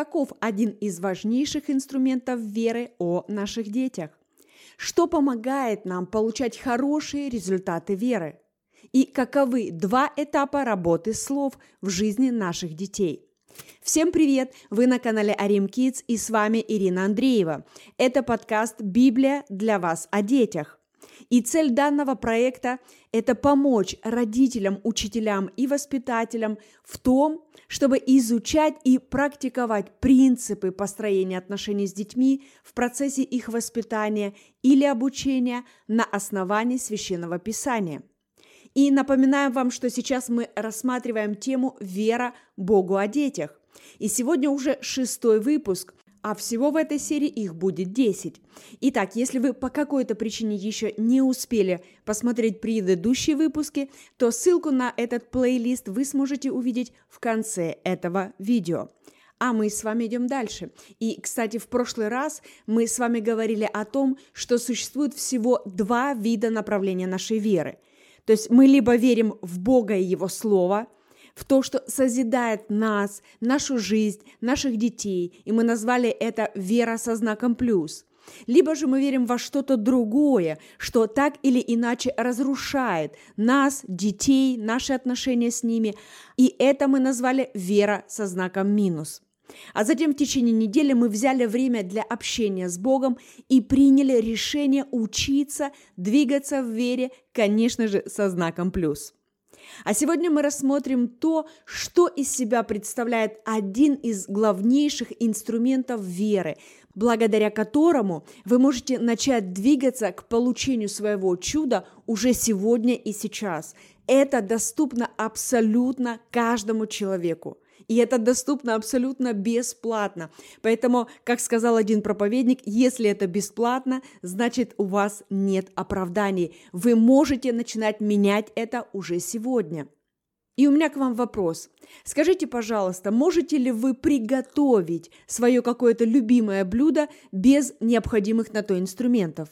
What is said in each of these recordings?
каков один из важнейших инструментов веры о наших детях? Что помогает нам получать хорошие результаты веры? И каковы два этапа работы слов в жизни наших детей? Всем привет! Вы на канале Арим Kids и с вами Ирина Андреева. Это подкаст «Библия для вас о детях». И цель данного проекта – это помочь родителям, учителям и воспитателям в том, чтобы изучать и практиковать принципы построения отношений с детьми в процессе их воспитания или обучения на основании Священного Писания. И напоминаем вам, что сейчас мы рассматриваем тему «Вера Богу о детях». И сегодня уже 6-й выпуск, а всего в этой серии их будет 10. Итак, если вы по какой-то причине еще не успели посмотреть предыдущие выпуски, то ссылку на этот плейлист вы сможете увидеть в конце этого видео. А мы с вами идем дальше. И, кстати, в прошлый раз мы с вами говорили о том, что существует всего 2 вида направления нашей веры. То есть мы либо верим в Бога и Его Слово, в то, что созидает нас, нашу жизнь, наших детей, и мы назвали это «вера со знаком плюс». Либо же мы верим во что-то другое, что так или иначе разрушает нас, детей, наши отношения с ними, и это мы назвали «вера со знаком минус». А затем в течение недели мы взяли время для общения с Богом и приняли решение учиться двигаться в вере, конечно же, со знаком плюс. А сегодня мы рассмотрим то, что из себя представляет один из главнейших инструментов веры, благодаря которому вы можете начать двигаться к получению своего чуда уже сегодня и сейчас. Это доступно абсолютно каждому человеку. И это доступно абсолютно бесплатно. Поэтому, как сказал один проповедник, если это бесплатно, значит у вас нет оправданий. Вы можете начинать менять это уже сегодня. И у меня к вам вопрос. Скажите, пожалуйста, можете ли вы приготовить свое какое-то любимое блюдо без необходимых на то инструментов?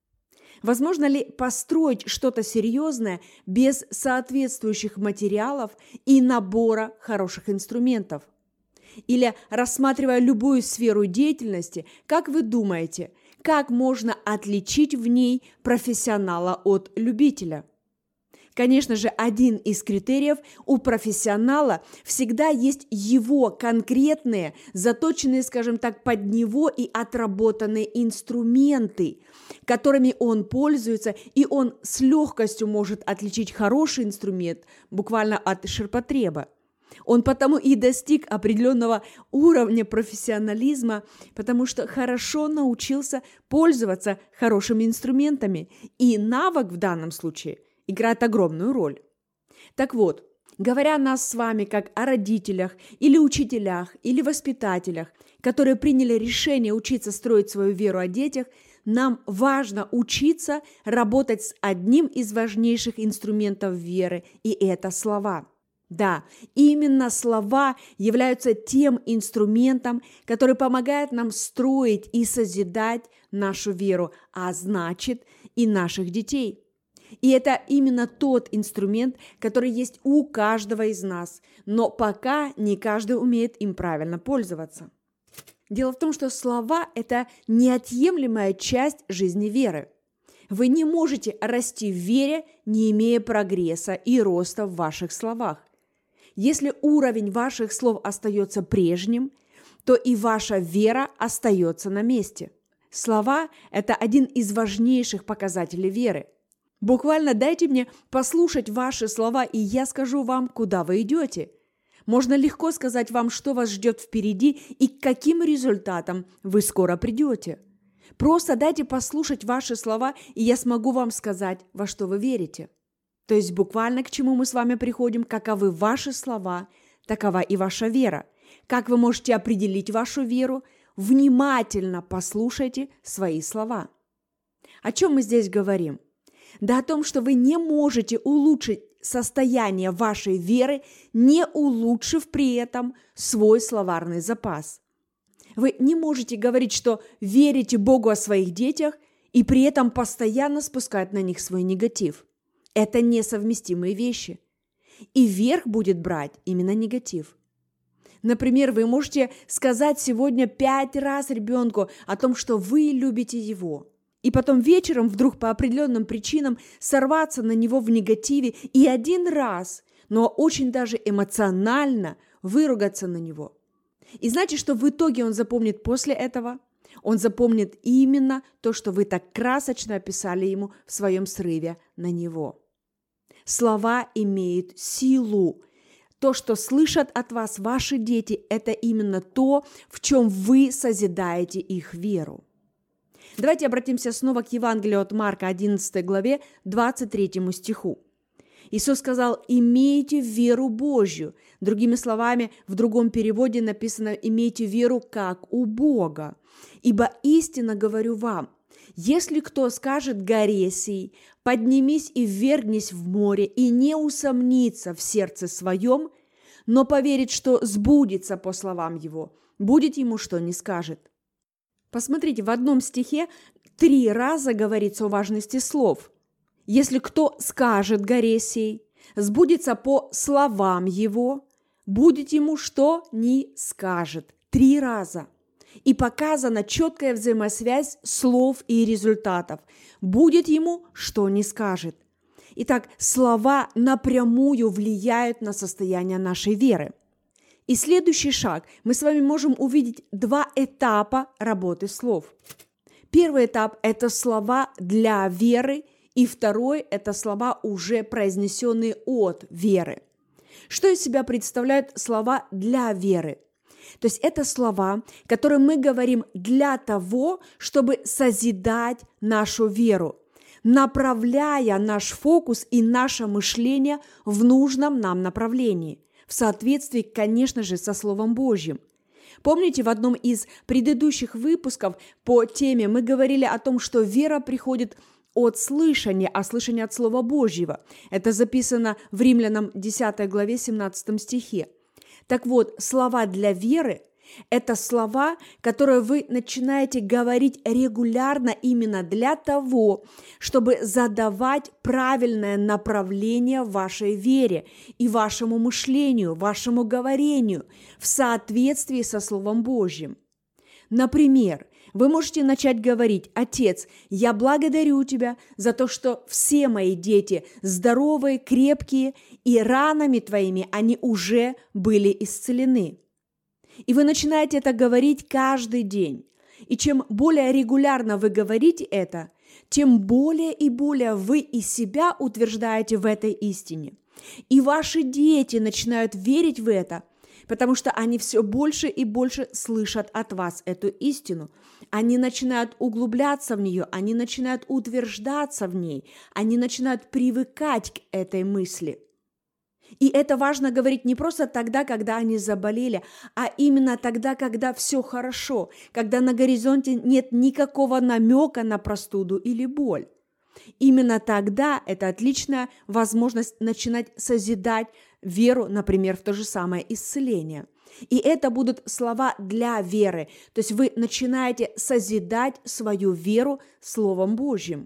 Возможно ли построить что-то серьезное без соответствующих материалов и набора хороших инструментов? Или, рассматривая любую сферу деятельности, как вы думаете, как можно отличить в ней профессионала от любителя? Конечно же, один из критериев у профессионала всегда есть его конкретные, заточенные, скажем так, под него и отработанные инструменты, которыми он пользуется, и он с легкостью может отличить хороший инструмент буквально от ширпотреба. Он потому и достиг определенного уровня профессионализма, потому что хорошо научился пользоваться хорошими инструментами, и навык в данном случае играет огромную роль. Так вот, говоря о нас с вами как о родителях или учителях или воспитателях, которые приняли решение учиться строить свою веру о детях, нам важно учиться работать с одним из важнейших инструментов веры, и это слова. Да, именно слова являются тем инструментом, который помогает нам строить и созидать нашу веру, а значит и наших детей. И это именно тот инструмент, который есть у каждого из нас, но пока не каждый умеет им правильно пользоваться. Дело в том, что слова – это неотъемлемая часть жизни веры. Вы не можете расти в вере, не имея прогресса и роста в ваших словах. Если уровень ваших слов остается прежним, то и ваша вера остается на месте. Слова – это один из важнейших показателей веры. Буквально дайте мне послушать ваши слова, и я скажу вам, куда вы идете. Можно легко сказать вам, что вас ждет впереди и к каким результатам вы скоро придете. Просто дайте послушать ваши слова, и я смогу вам сказать, во что вы верите. То есть буквально к чему мы с вами приходим, каковы ваши слова, такова и ваша вера. Как вы можете определить вашу веру? Внимательно послушайте свои слова. О чем мы здесь говорим? Да о том, что вы не можете улучшить состояние вашей веры, не улучшив при этом свой словарный запас. Вы не можете говорить, что верите Богу о своих детях и при этом постоянно спускать на них свой негатив. Это несовместимые вещи. И верх будет брать именно негатив. Например, вы можете сказать сегодня 5 раз ребенку о том, что вы любите его. И потом вечером вдруг по определенным причинам сорваться на него в негативе и один раз, но очень даже эмоционально выругаться на него. И знаете, что в итоге он запомнит после этого? Он запомнит именно то, что вы так красочно описали ему в своем срыве на него. Слова имеют силу. То, что слышат от вас ваши дети, это именно то, в чем вы созидаете их веру. Давайте обратимся снова к Евангелию от Марка, 11 главе, 23 стиху. Иисус сказал: «Имейте веру Божью». Другими словами, в другом переводе написано: «Имейте веру, как у Бога. Ибо истинно говорю вам, если кто скажет горе сей, поднимись и ввергнись в море, и не усомнится в сердце своем, но поверит, что сбудется по словам его, будет ему, что не скажет». Посмотрите, в одном стихе 3 раза говорится о важности слов. Если кто скажет горе сей, сбудется по словам его, будет ему, что не скажет. 3 раза. И показана четкая взаимосвязь слов и результатов. Будет ему, что не скажет. Итак, слова напрямую влияют на состояние нашей веры. И следующий шаг. Мы с вами можем увидеть 2 этапа работы слов. Первый этап – это слова для веры, и второй – это слова, уже произнесенные от веры. Что из себя представляют слова для веры? То есть это слова, которые мы говорим для того, чтобы созидать нашу веру, направляя наш фокус и наше мышление в нужном нам направлении, в соответствии, конечно же, со Словом Божьим. Помните, в одном из предыдущих выпусков по теме мы говорили о том, что вера приходит от слышания, а слышание от Слова Божьего. Это записано в Римлянам 10 главе 17 стихе. Так вот, слова для веры – это слова, которые вы начинаете говорить регулярно именно для того, чтобы задавать правильное направление вашей вере и вашему мышлению, вашему говорению в соответствии со Словом Божьим. Например, вы можете начать говорить: «Отец, я благодарю Тебя за то, что все мои дети здоровые, крепкие, и ранами Твоими они уже были исцелены». И вы начинаете это говорить каждый день. И чем более регулярно вы говорите это, тем более и более вы и себя утверждаете в этой истине. И ваши дети начинают верить в это, потому что они все больше и больше слышат от вас эту истину. Они начинают углубляться в нее, они начинают утверждаться в ней, они начинают привыкать к этой мысли. И это важно говорить не просто тогда, когда они заболели, а именно тогда, когда все хорошо, когда на горизонте нет никакого намека на простуду или боль. Именно тогда это отличная возможность начинать созидать веру, например, в то же самое исцеление. И это будут слова для веры, то есть вы начинаете созидать свою веру Словом Божьим.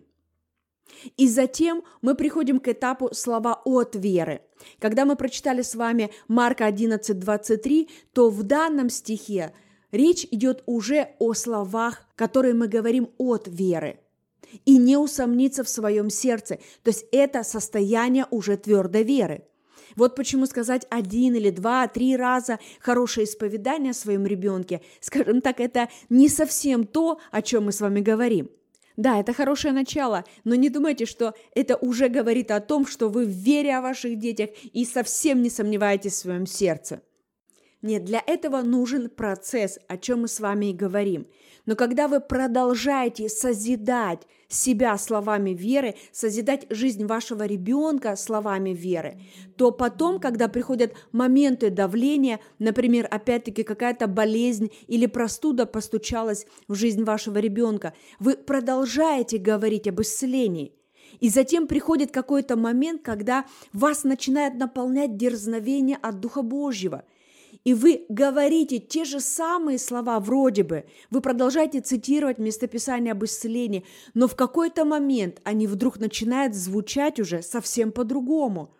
И затем мы приходим к этапу слова от веры. Когда мы прочитали с вами Марка 11:23, то в данном стихе речь идет уже о словах, которые мы говорим от веры. И не усомниться в своем сердце, то есть это состояние уже твердой веры. Вот почему сказать 1 или 2, 3 раза хорошее исповедание о своем ребенке, скажем так, это не совсем то, о чем мы с вами говорим. Да, это хорошее начало, но не думайте, что это уже говорит о том, что вы в вере о ваших детях и совсем не сомневаетесь в своем сердце. Нет, для этого нужен процесс, о чем мы с вами и говорим. Но когда вы продолжаете созидать себя словами веры, созидать жизнь вашего ребенка словами веры, то потом, когда приходят моменты давления, например, опять-таки какая-то болезнь или простуда постучалась в жизнь вашего ребенка, вы продолжаете говорить об исцелении. И затем приходит какой-то момент, когда вас начинает наполнять дерзновение от Духа Божьего. И вы говорите те же самые слова вроде бы, вы продолжаете цитировать местописание об исцелении, но в какой-то момент они вдруг начинают звучать уже совсем по-другому.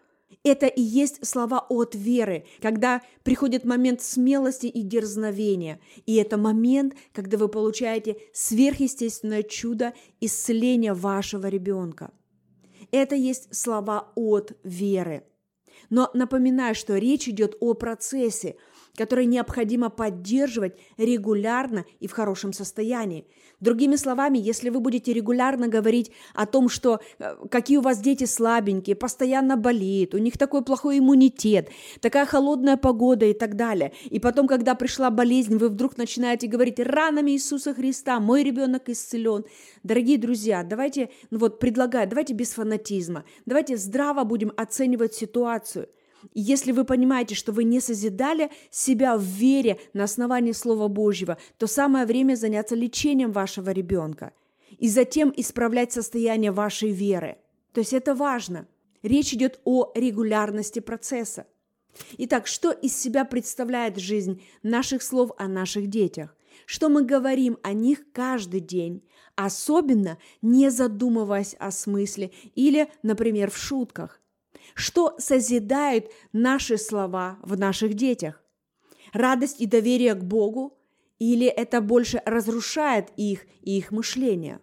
Это и есть слова от веры, когда приходит момент смелости и дерзновения. И это момент, когда вы получаете сверхъестественное чудо исцеления вашего ребенка. Это есть слова от веры. Но напоминаю, что речь идет о процессе, который необходимо поддерживать регулярно и в хорошем состоянии. Другими словами, если вы будете регулярно говорить о том, что какие у вас дети слабенькие, постоянно болеют, у них такой плохой иммунитет, такая холодная погода и так далее, и потом, когда пришла болезнь, вы вдруг начинаете говорить: ранами Иисуса Христа мой ребенок исцелен. Дорогие друзья, давайте, предлагаю, давайте без фанатизма, давайте здраво будем оценивать ситуацию. И если вы понимаете, что вы не созидали себя в вере на основании Слова Божьего, то самое время заняться лечением вашего ребенка и затем исправлять состояние вашей веры. То есть это важно. Речь идет о регулярности процесса. Итак, что из себя представляет жизнь наших слов о наших детях? Что мы говорим о них каждый день, особенно не задумываясь о смысле или, например, в шутках? Что созидает наши слова в наших детях? Радость и доверие к Богу? Или это больше разрушает их и их мышление?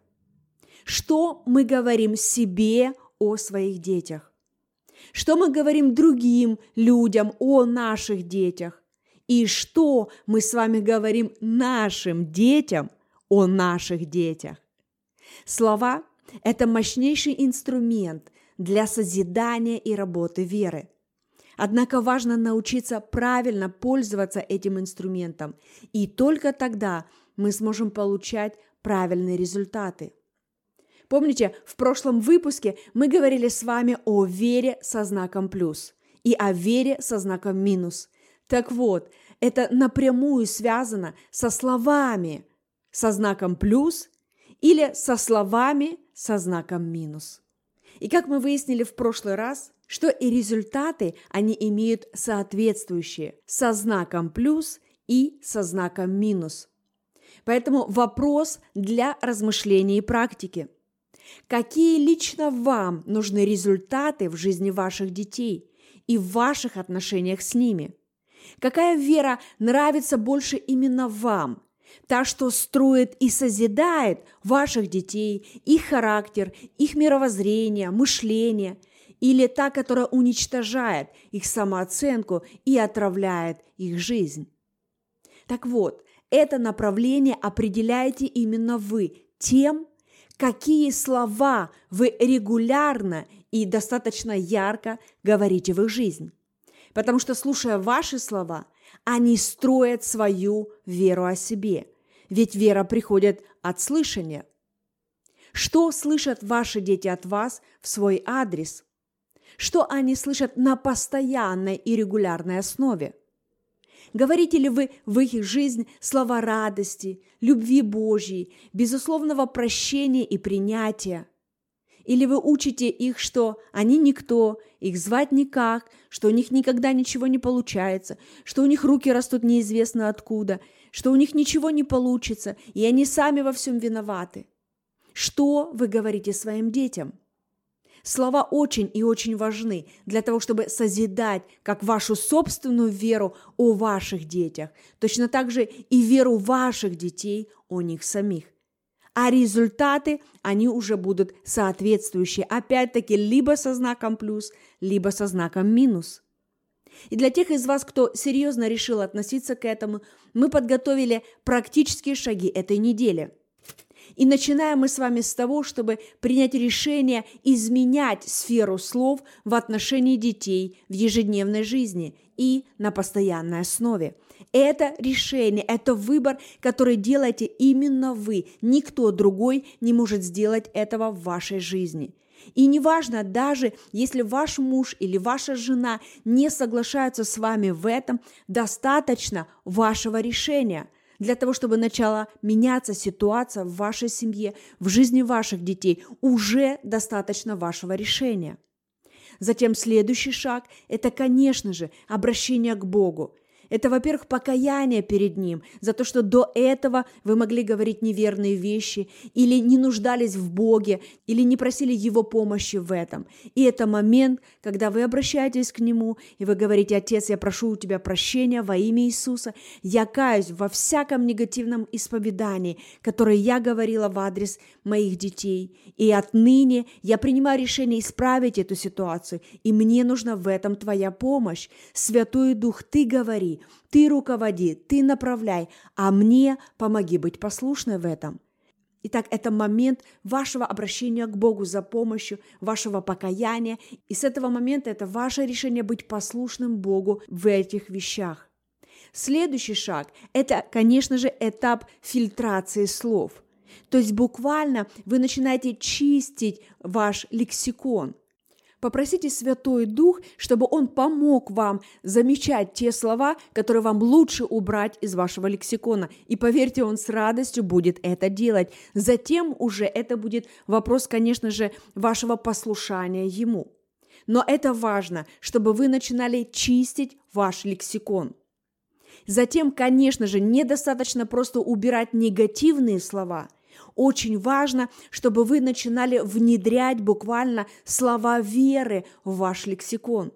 Что мы говорим себе о своих детях? Что мы говорим другим людям о наших детях? И что мы с вами говорим нашим детям о наших детях? Слова – это мощнейший инструмент для созидания и работы веры. Однако важно научиться правильно пользоваться этим инструментом, и только тогда мы сможем получать правильные результаты. Помните, в прошлом выпуске мы говорили с вами о вере со знаком плюс и о вере со знаком минус. Так вот, это напрямую связано со словами со знаком плюс или со словами со знаком минус. И как мы выяснили в прошлый раз, что и результаты они имеют соответствующие со знаком плюс и со знаком минус. Поэтому вопрос для размышления и практики. Какие лично вам нужны результаты в жизни ваших детей и в ваших отношениях с ними? Какая вера нравится больше именно вам? Та, что строит и созидает ваших детей, их характер, их мировоззрение, мышление, или та, которая уничтожает их самооценку и отравляет их жизнь? Так вот, это направление определяете именно вы тем, какие слова вы регулярно и достаточно ярко говорите в их жизнь. Потому что, слушая ваши слова, они строят свою веру о себе. Ведь вера приходит от слышания. Что слышат ваши дети от вас в свой адрес? Что они слышат на постоянной и регулярной основе? Говорите ли вы в их жизнь слова радости, любви Божьей, безусловного прощения и принятия? Или вы учите их, что они никто, их звать никак, что у них никогда ничего не получается, что у них руки растут неизвестно откуда, что у них ничего не получится, и они сами во всем виноваты? Что вы говорите своим детям? Слова очень и очень важны для того, чтобы созидать как вашу собственную веру о ваших детях, точно так же и веру ваших детей о них самих. А результаты, они уже будут соответствующие, опять-таки, либо со знаком плюс, либо со знаком минус. И для тех из вас, кто серьезно решил относиться к этому, мы подготовили практические шаги этой недели. И начинаем мы с вами с того, чтобы принять решение изменять сферу слов в отношении детей в ежедневной жизни и на постоянной основе. Это решение, это выбор, который делаете именно вы. Никто другой не может сделать этого в вашей жизни. И неважно, даже если ваш муж или ваша жена не соглашаются с вами в этом, достаточно вашего решения для того, чтобы начала меняться ситуация в вашей семье, в жизни ваших детей. Уже достаточно вашего решения. Затем следующий шаг – это, конечно же, обращение к Богу. Это, во-первых, покаяние перед Ним за то, что до этого вы могли говорить неверные вещи, или не нуждались в Боге, или не просили Его помощи в этом. И это момент, когда вы обращаетесь к Нему, и вы говорите: «Отец, я прошу у Тебя прощения во имя Иисуса. Я каюсь во всяком негативном исповедании, которое я говорила в адрес моих детей. И отныне я принимаю решение исправить эту ситуацию, и мне нужна в этом Твоя помощь. Святой Дух, Ты говори, Ты руководи, Ты направляй, а мне помоги быть послушной в этом». Итак, это момент вашего обращения к Богу за помощью, вашего покаяния. И с этого момента это ваше решение быть послушным Богу в этих вещах. Следующий шаг – это, конечно же, этап фильтрации слов. То есть буквально вы начинаете чистить ваш лексикон. Попросите Святой Дух, чтобы Он помог вам замечать те слова, которые вам лучше убрать из вашего лексикона. И поверьте, Он с радостью будет это делать. Затем уже это будет вопрос, конечно же, вашего послушания Ему. Но это важно, чтобы вы начинали чистить ваш лексикон. Затем, конечно же, недостаточно просто убирать негативные слова. Очень важно, чтобы вы начинали внедрять буквально слова веры в ваш лексикон.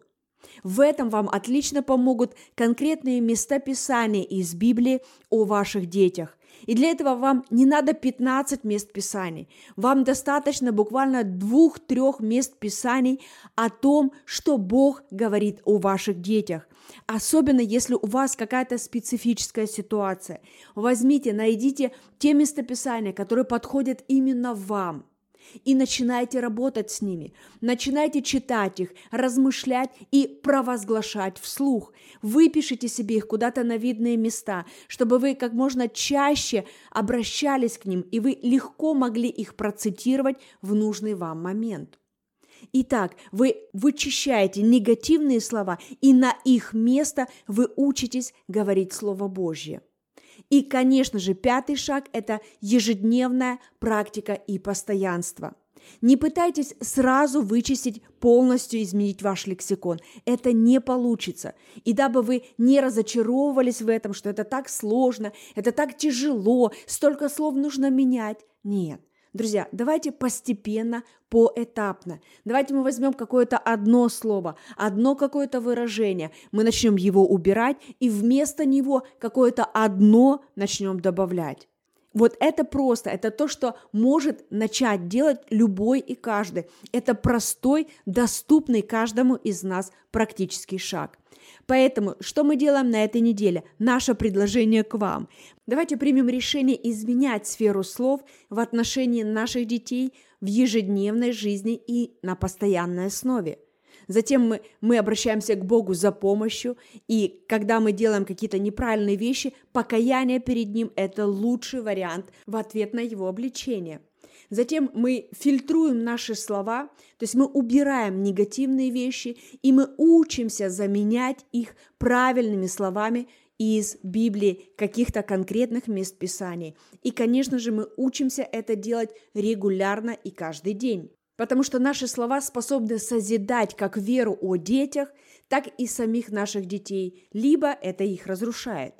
В этом вам отлично помогут конкретные места Писания из Библии о ваших детях. И для этого вам не надо 15 мест Писаний. Вам достаточно буквально 2-3 мест Писаний о том, что Бог говорит о ваших детях. Особенно, если у вас какая-то специфическая ситуация. Возьмите, найдите те местописания, которые подходят именно вам. И начинайте работать с ними, начинайте читать их, размышлять и провозглашать вслух. Выпишите себе их куда-то на видные места, чтобы вы как можно чаще обращались к ним, и вы легко могли их процитировать в нужный вам момент. Итак, вы вычищаете негативные слова, и на их место вы учитесь говорить Слово Божье. И, конечно же, 5-й шаг – это ежедневная практика и постоянство. Не пытайтесь сразу вычистить, полностью изменить ваш лексикон. Это не получится. И дабы вы не разочаровывались в этом, что это так сложно, это так тяжело, столько слов нужно менять. Нет. Друзья, давайте постепенно, поэтапно. Давайте мы возьмем какое-то одно слово, одно какое-то выражение. Мы начнем его убирать, и вместо него какое-то одно начнем добавлять. Вот это просто, это то, что может начать делать любой и каждый. Это простой, доступный каждому из нас практический шаг. Поэтому, что мы делаем на этой неделе? Наше предложение к вам. Давайте примем решение изменять сферу слов в отношении наших детей в ежедневной жизни и на постоянной основе. Затем мы обращаемся к Богу за помощью, и когда мы делаем какие-то неправильные вещи, покаяние перед Ним – это лучший вариант в ответ на Его обличение. Затем мы фильтруем наши слова, то есть мы убираем негативные вещи, и мы учимся заменять их правильными словами из Библии, каких-то конкретных мест Писаний. И, конечно же, мы учимся это делать регулярно и каждый день. Потому что наши слова способны созидать как веру о детях, так и самих наших детей, либо это их разрушает.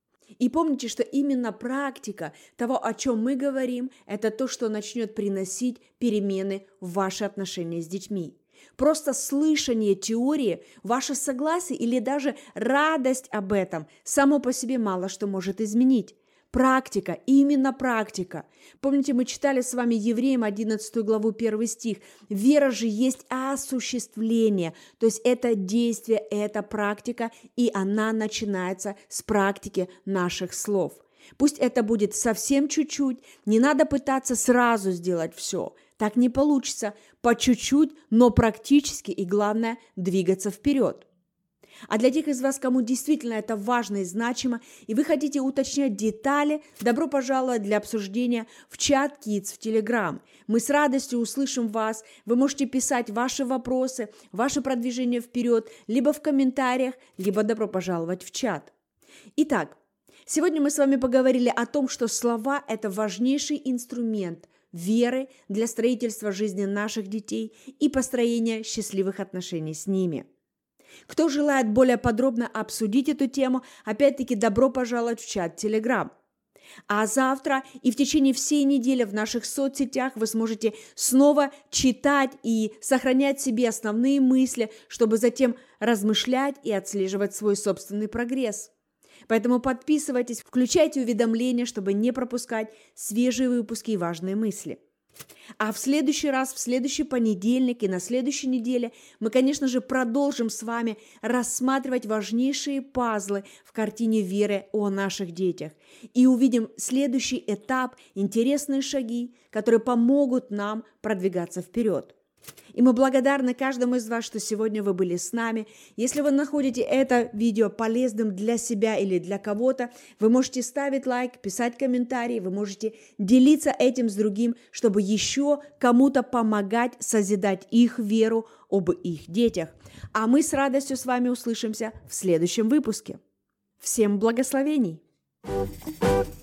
И помните, что именно практика того, о чем мы говорим, это то, что начнет приносить перемены в ваши отношения с детьми. Просто слышание теории, ваше согласие или даже радость об этом само по себе мало что может изменить. Практика, именно практика. Помните, мы читали с вами Евреям 11 главу 1 стих. Вера же есть осуществление, то есть это действие, это практика, и она начинается с практики наших слов. Пусть это будет совсем чуть-чуть, не надо пытаться сразу сделать все. Так не получится, по чуть-чуть, но практически, и главное, двигаться вперед. А для тех из вас, кому действительно это важно и значимо, и вы хотите уточнять детали, добро пожаловать для обсуждения в чат Kids в Telegram. Мы с радостью услышим вас. Вы можете писать ваши вопросы, ваше продвижение вперед, либо в комментариях, либо добро пожаловать в чат. Итак, сегодня мы с вами поговорили о том, что слова – это важнейший инструмент веры для строительства жизни наших детей и построения счастливых отношений с ними. Кто желает более подробно обсудить эту тему, опять-таки добро пожаловать в чат Telegram. А завтра и в течение всей недели в наших соцсетях вы сможете снова читать и сохранять себе основные мысли, чтобы затем размышлять и отслеживать свой собственный прогресс. Поэтому подписывайтесь, включайте уведомления, чтобы не пропускать свежие выпуски и важные мысли. А в следующий раз, в следующий понедельник и на следующей неделе мы, конечно же, продолжим с вами рассматривать важнейшие пазлы в картине веры о наших детях и увидим следующий этап, интересные шаги, которые помогут нам продвигаться вперед. И мы благодарны каждому из вас, что сегодня вы были с нами. Если вы находите это видео полезным для себя или для кого-то, вы можете ставить лайк, писать комментарии, вы можете делиться этим с другим, чтобы еще кому-то помогать созидать их веру об их детях. А мы с радостью с вами услышимся в следующем выпуске. Всем благословений!